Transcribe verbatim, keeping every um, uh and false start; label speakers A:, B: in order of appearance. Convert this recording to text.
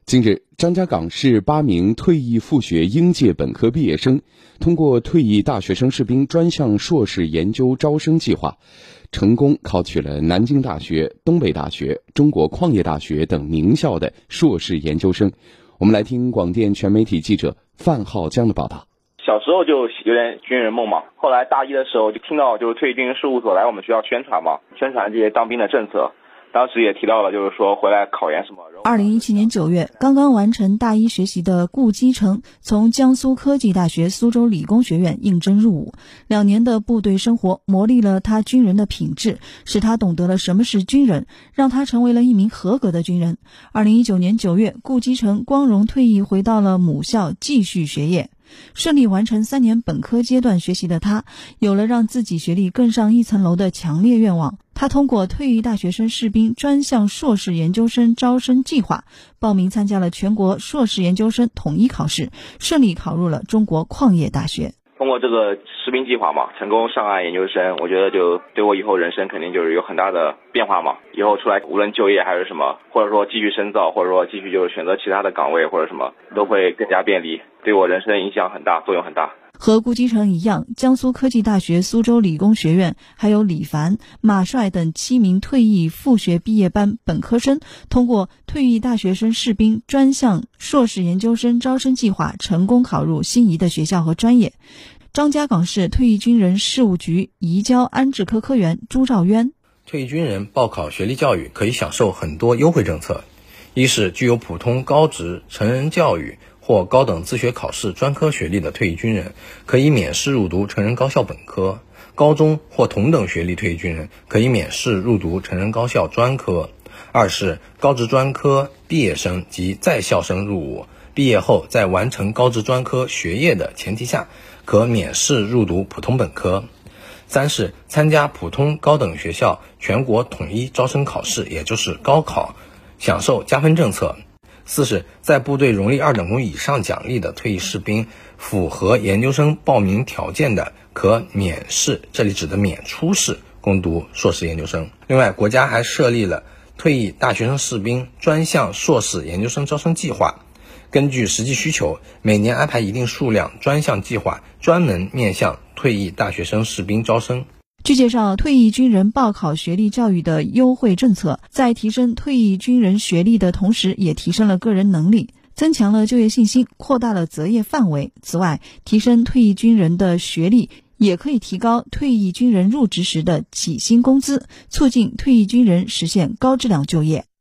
A: 近日，张家港市八名退役复学应届本科毕业生通过退役大学生士兵专项硕士研究招生计划，成功考取了南京大学、东北大学、中国矿业大学等名校的硕士研究生。我们来听广电全媒体记者范浩江的报道。
B: 小时候就有点军人梦嘛，后来大一的时候就听到就是退役军人事务所来我们学校宣传嘛，宣传这些当兵的政策。当时也提到了，就是说回来考研什么。
C: 二零一七年九月，刚刚完成大一学习的顾基成从江苏科技大学苏州理工学院应征入伍。两年的部队生活磨砺了他军人的品质，使他懂得了什么是军人，让他成为了一名合格的军人。二零一九年九月，顾基成光荣退役，回到了母校继续学业。顺利完成三年本科阶段学习的他，有了让自己学历更上一层楼的强烈愿望。他通过退役大学生士兵专项硕士研究生招生计划，报名参加了全国硕士研究生统一考试，顺利考入了中国矿业大学。
B: 通过这个士兵计划嘛，成功上岸研究生，我觉得就对我以后人生肯定就是有很大的变化嘛。以后出来无论就业还是什么，或者说继续深造，或者说继续就是选择其他的岗位或者什么，都会更加便利，对我人生影响很大，作用很大。
C: 和顾基成一样，江苏科技大学苏州理工学院还有李凡、马帅等七名退役复学毕业班本科生，通过退役大学生士兵专项硕士研究生招生计划，成功考入心仪的学校和专业。张家港市退役军人事务局移交安置科科员朱兆渊：
D: 退役军人报考学历教育可以享受很多优惠政策，一是具有普通高职成人教育或高等自学考试专科学历的退役军人可以免试入读成人高校本科，高中或同等学历退役军人可以免试入读成人高校专科。二是高职专科毕业生及在校生入伍，毕业后在完成高职专科学业的前提下，可免试入读普通本科。三是参加普通高等学校全国统一招生考试，也就是高考，享受加分政策。四是在部队荣立二等功以上奖励的退役士兵，符合研究生报名条件的，可免试，这里指的免初试，攻读硕士研究生。另外，国家还设立了退役大学生士兵专项硕士研究生招生计划，根据实际需求，每年安排一定数量专项计划，专门面向退役大学生士兵招生。
C: 据介绍，退役军人报考学历教育的优惠政策，在提升退役军人学历的同时，也提升了个人能力，增强了就业信心，扩大了择业范围。此外，提升退役军人的学历，也可以提高退役军人入职时的起薪工资，促进退役军人实现高质量就业。